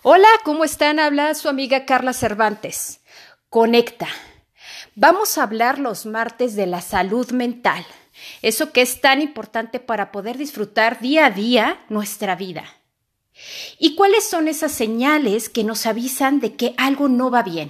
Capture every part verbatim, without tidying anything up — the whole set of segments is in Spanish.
Hola, ¿cómo están? Habla su amiga Carla Cervantes. Conecta. Vamos a hablar los martes de la salud mental, eso que es tan importante para poder disfrutar día a día nuestra vida. ¿Y cuáles son esas señales que nos avisan de que algo no va bien?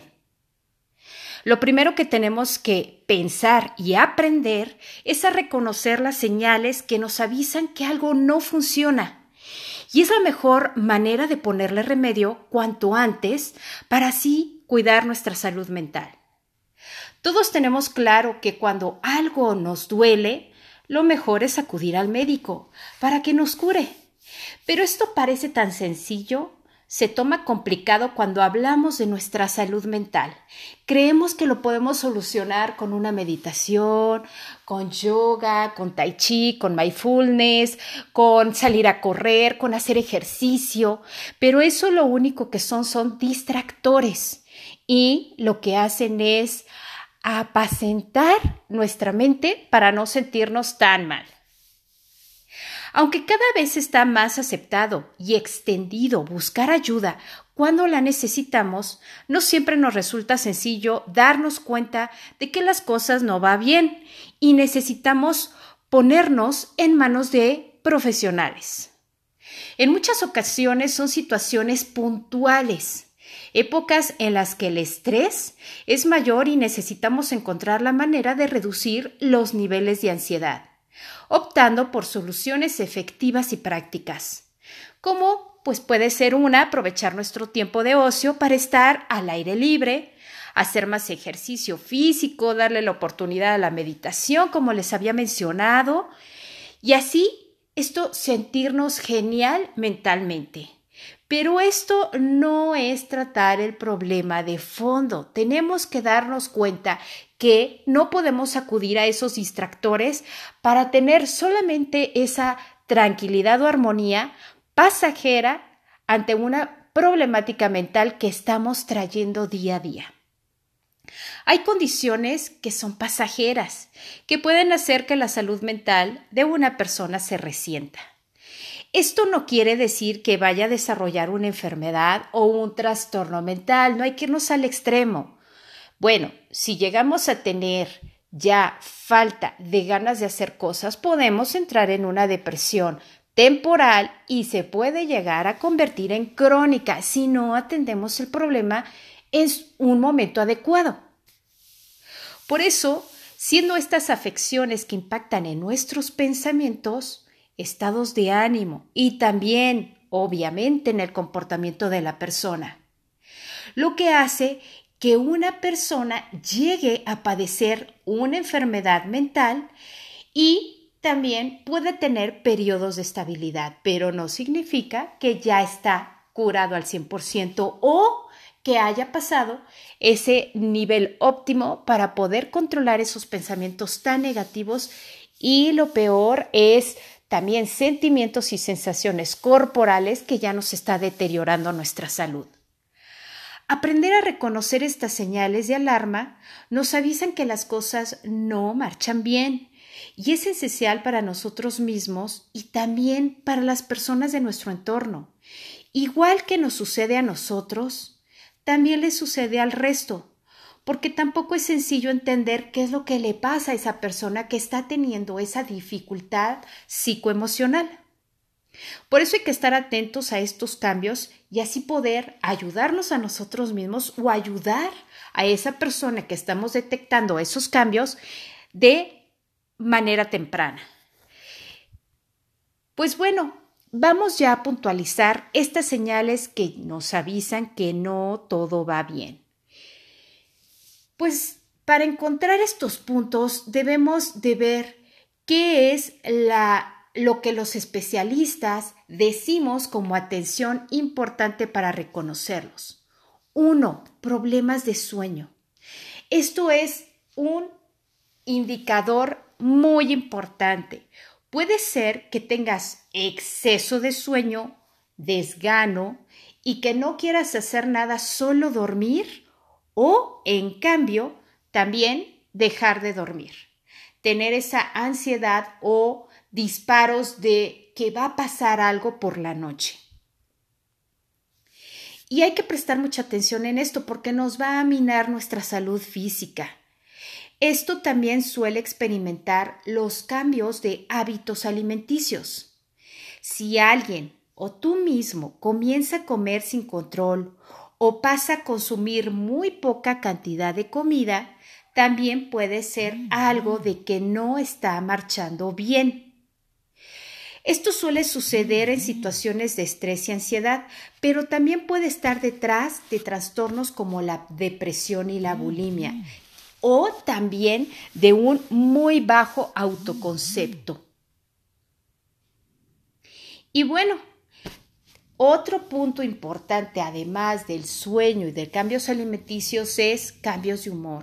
Lo primero que tenemos que pensar y aprender es a reconocer las señales que nos avisan que algo no funciona. Y es la mejor manera de ponerle remedio cuanto antes para así cuidar nuestra salud mental. Todos tenemos claro que cuando algo nos duele, lo mejor es acudir al médico para que nos cure. Pero esto parece tan sencillo, se toma complicado cuando hablamos de nuestra salud mental. Creemos que lo podemos solucionar con una meditación, con yoga, con tai chi, con mindfulness, con salir a correr, con hacer ejercicio, pero eso lo único que son son distractores y lo que hacen es apacentar nuestra mente para no sentirnos tan mal. Aunque cada vez está más aceptado y extendido buscar ayuda cuando la necesitamos, no siempre nos resulta sencillo darnos cuenta de que las cosas no van bien y necesitamos ponernos en manos de profesionales. En muchas ocasiones son situaciones puntuales, épocas en las que el estrés es mayor y necesitamos encontrar la manera de reducir los niveles de ansiedad, optando por soluciones efectivas y prácticas, como pues puede ser una, aprovechar nuestro tiempo de ocio para estar al aire libre, hacer más ejercicio físico, darle la oportunidad a la meditación, como les había mencionado, y así esto sentirnos genial mentalmente. Pero esto no es tratar el problema de fondo. Tenemos que darnos cuenta que no podemos acudir a esos distractores para tener solamente esa tranquilidad o armonía pasajera ante una problemática mental que estamos trayendo día a día. Hay condiciones que son pasajeras, que pueden hacer que la salud mental de una persona se resienta. Esto no quiere decir que vaya a desarrollar una enfermedad o un trastorno mental, no hay que irnos al extremo. Bueno, si llegamos a tener ya falta de ganas de hacer cosas, podemos entrar en una depresión temporal y se puede llegar a convertir en crónica si no atendemos el problema en un momento adecuado. Por eso, siendo estas afecciones que impactan en nuestros pensamientos, estados de ánimo y también, obviamente, en el comportamiento de la persona, lo que hace que una persona llegue a padecer una enfermedad mental y también puede tener periodos de estabilidad, pero no significa que ya está curado al cien por ciento o que haya pasado ese nivel óptimo para poder controlar esos pensamientos tan negativos y lo peor es también sentimientos y sensaciones corporales que ya nos está deteriorando nuestra salud. Aprender a reconocer estas señales de alarma nos avisan que las cosas no marchan bien y es esencial para nosotros mismos y también para las personas de nuestro entorno. Igual que nos sucede a nosotros, también le sucede al resto, porque tampoco es sencillo entender qué es lo que le pasa a esa persona que está teniendo esa dificultad psicoemocional. Por eso hay que estar atentos a estos cambios y así poder ayudarnos a nosotros mismos o ayudar a esa persona que estamos detectando esos cambios de manera temprana. Pues bueno, vamos ya a puntualizar estas señales que nos avisan que no todo va bien. Pues para encontrar estos puntos debemos de ver qué es la, lo que los especialistas decimos como atención importante para reconocerlos. Uno, problemas de sueño. Esto es un indicador muy importante. Puede ser que tengas exceso de sueño, desgano y que no quieras hacer nada, solo dormir. O, en cambio, también dejar de dormir, tener esa ansiedad o disparos de que va a pasar algo por la noche. Y hay que prestar mucha atención en esto porque nos va a minar nuestra salud física. Esto también suele experimentar los cambios de hábitos alimenticios. Si alguien o tú mismo comienza a comer sin control o pasa a consumir muy poca cantidad de comida, también puede ser algo de que no está marchando bien. Esto suele suceder en situaciones de estrés y ansiedad, pero también puede estar detrás de trastornos como la depresión y la bulimia, o también de un muy bajo autoconcepto. Y bueno, otro punto importante, además del sueño y de cambios alimenticios, es cambios de humor.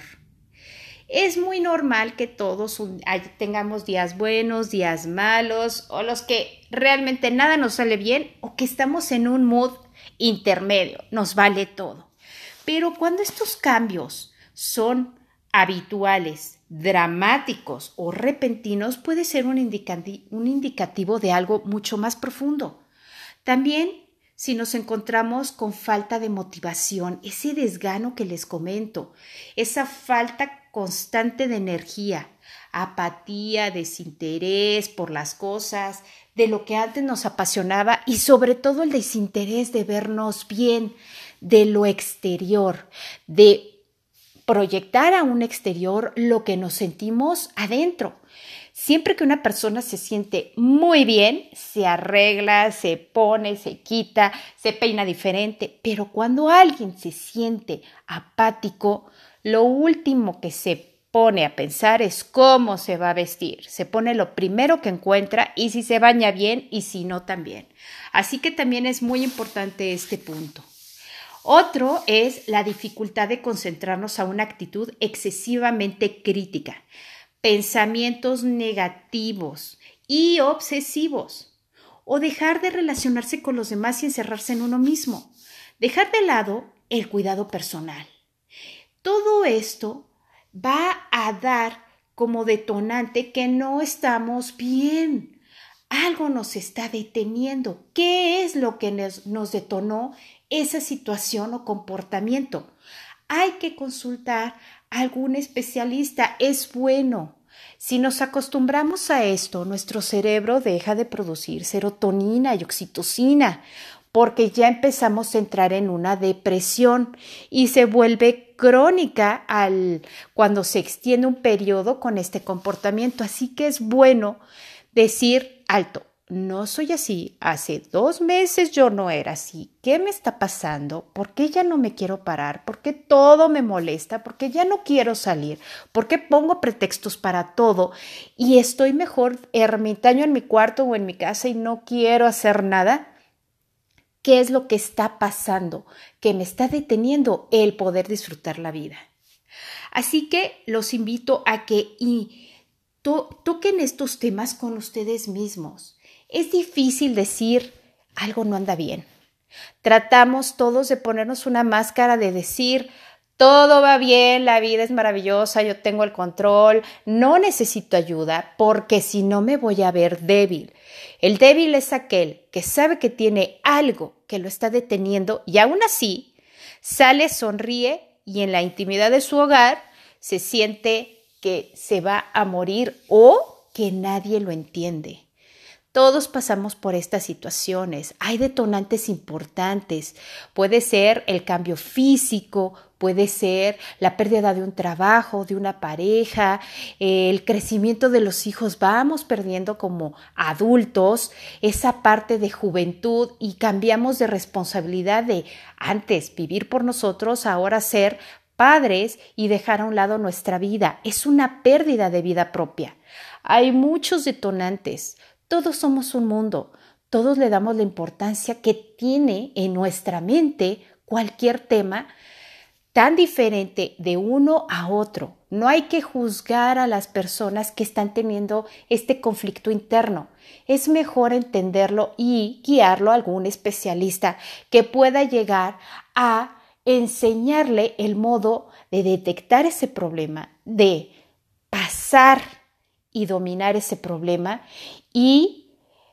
Es muy normal que todos tengamos días buenos, días malos, o los que realmente nada nos sale bien, o que estamos en un mood intermedio, nos vale todo. Pero cuando estos cambios son habituales, dramáticos o repentinos, puede ser un, indicati- un indicativo de algo mucho más profundo. También, si nos encontramos con falta de motivación, ese desgano que les comento, esa falta constante de energía, apatía, desinterés por las cosas, de lo que antes nos apasionaba y sobre todo el desinterés de vernos bien, de lo exterior, de proyectar a un exterior lo que nos sentimos adentro. Siempre que una persona se siente muy bien, se arregla, se pone, se quita, se peina diferente, pero cuando alguien se siente apático, lo último que se pone a pensar es cómo se va a vestir. Se pone lo primero que encuentra y si se baña bien y si no también. Así que también es muy importante este punto. Otro es la dificultad de concentrarnos a una actitud excesivamente crítica, pensamientos negativos y obsesivos, o dejar de relacionarse con los demás y encerrarse en uno mismo, dejar de lado el cuidado personal. Todo esto va a dar como detonante que no estamos bien. Algo nos está deteniendo. ¿Qué es lo que nos, nos detonó esa situación o comportamiento? Hay que consultar a algún especialista. Es bueno. Si nos acostumbramos a esto, nuestro cerebro deja de producir serotonina y oxitocina, porque ya empezamos a entrar en una depresión y se vuelve crónica al, cuando se extiende un periodo con este comportamiento. Así que es bueno decir alto. No soy así. Hace dos meses yo no era así. ¿Qué me está pasando? ¿Por qué ya no me quiero parar? ¿Por qué todo me molesta? ¿Por qué ya no quiero salir? ¿Por qué pongo pretextos para todo? Y estoy mejor ermitaño en mi cuarto o en mi casa y no quiero hacer nada. ¿Qué es lo que está pasando? Que me está deteniendo el poder disfrutar la vida. Así que los invito a que y to- toquen estos temas con ustedes mismos. Es difícil decir algo no anda bien. Tratamos todos de ponernos una máscara de decir todo va bien, la vida es maravillosa, yo tengo el control, no necesito ayuda porque si no me voy a ver débil. El débil es aquel que sabe que tiene algo que lo está deteniendo y aún así sale, sonríe y en la intimidad de su hogar se siente que se va a morir o que nadie lo entiende. Todos pasamos por estas situaciones. Hay detonantes importantes. Puede ser el cambio físico, puede ser la pérdida de un trabajo, de una pareja, el crecimiento de los hijos. Vamos perdiendo como adultos esa parte de juventud y cambiamos de responsabilidad de antes vivir por nosotros, ahora ser padres y dejar a un lado nuestra vida. Es una pérdida de vida propia. Hay muchos detonantes. Todos somos un mundo, todos le damos la importancia que tiene en nuestra mente cualquier tema tan diferente de uno a otro. No hay que juzgar a las personas que están teniendo este conflicto interno. Es mejor entenderlo y guiarlo a algún especialista que pueda llegar a enseñarle el modo de detectar ese problema, de pasar y dominar ese problema y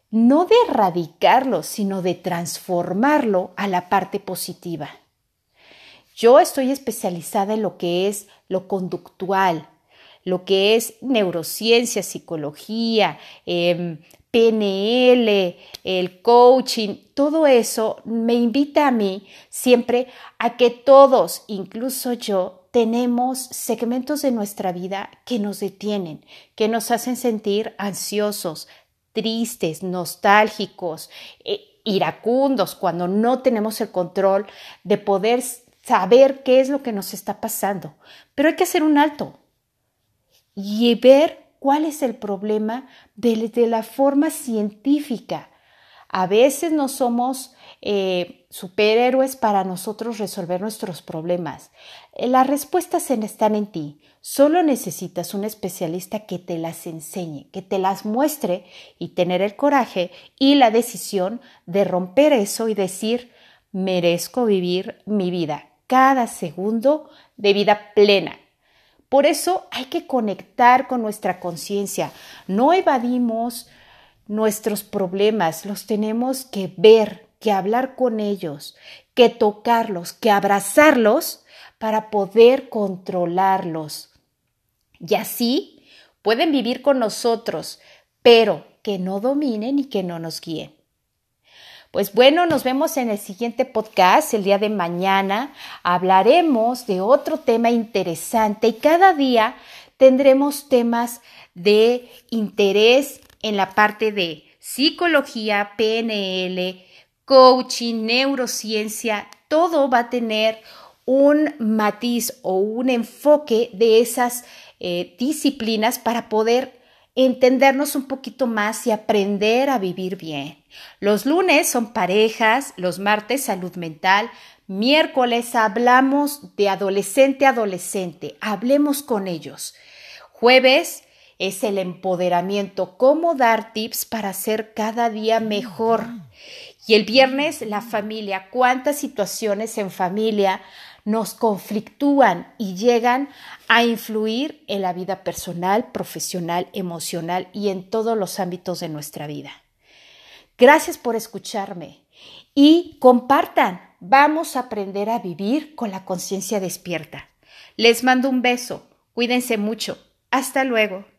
no de erradicarlo, sino de transformarlo a la parte positiva. Yo estoy especializada en lo que es lo conductual, lo que es neurociencia, psicología, eh, P N L, el coaching, todo eso me invita a mí siempre a que todos, incluso yo, tenemos segmentos de nuestra vida que nos detienen, que nos hacen sentir ansiosos, tristes, nostálgicos, eh, iracundos, cuando no tenemos el control de poder saber qué es lo que nos está pasando. Pero hay que hacer un alto y ver cuál es el problema de la forma científica. A veces no somos eh, superhéroes para nosotros resolver nuestros problemas. Las respuestas están en ti. Solo necesitas un especialista que te las enseñe, que te las muestre y tener el coraje y la decisión de romper eso y decir, merezco vivir mi vida, cada segundo de vida plena. Por eso hay que conectar con nuestra conciencia. No evadimos nuestros problemas, los tenemos que ver, que hablar con ellos, que tocarlos, que abrazarlos para poder controlarlos. Y así pueden vivir con nosotros, pero que no dominen y que no nos guíen. Pues bueno, nos vemos en el siguiente podcast, el día de mañana. Hablaremos de otro tema interesante y cada día tendremos temas de interés en la parte de psicología, P N L, coaching, neurociencia. Todo va a tener un matiz o un enfoque de esas eh, disciplinas para poder entendernos un poquito más y aprender a vivir bien. Los lunes son parejas, los martes salud mental, miércoles hablamos de adolescente a adolescente, hablemos con ellos. Jueves es el empoderamiento, cómo dar tips para ser cada día mejor. Y el viernes la familia, cuántas situaciones en familia nos conflictúan y llegan a influir en la vida personal, profesional, emocional y en todos los ámbitos de nuestra vida. Gracias por escucharme y compartan. Vamos a aprender a vivir con la conciencia despierta. Les mando un beso. Cuídense mucho. Hasta luego.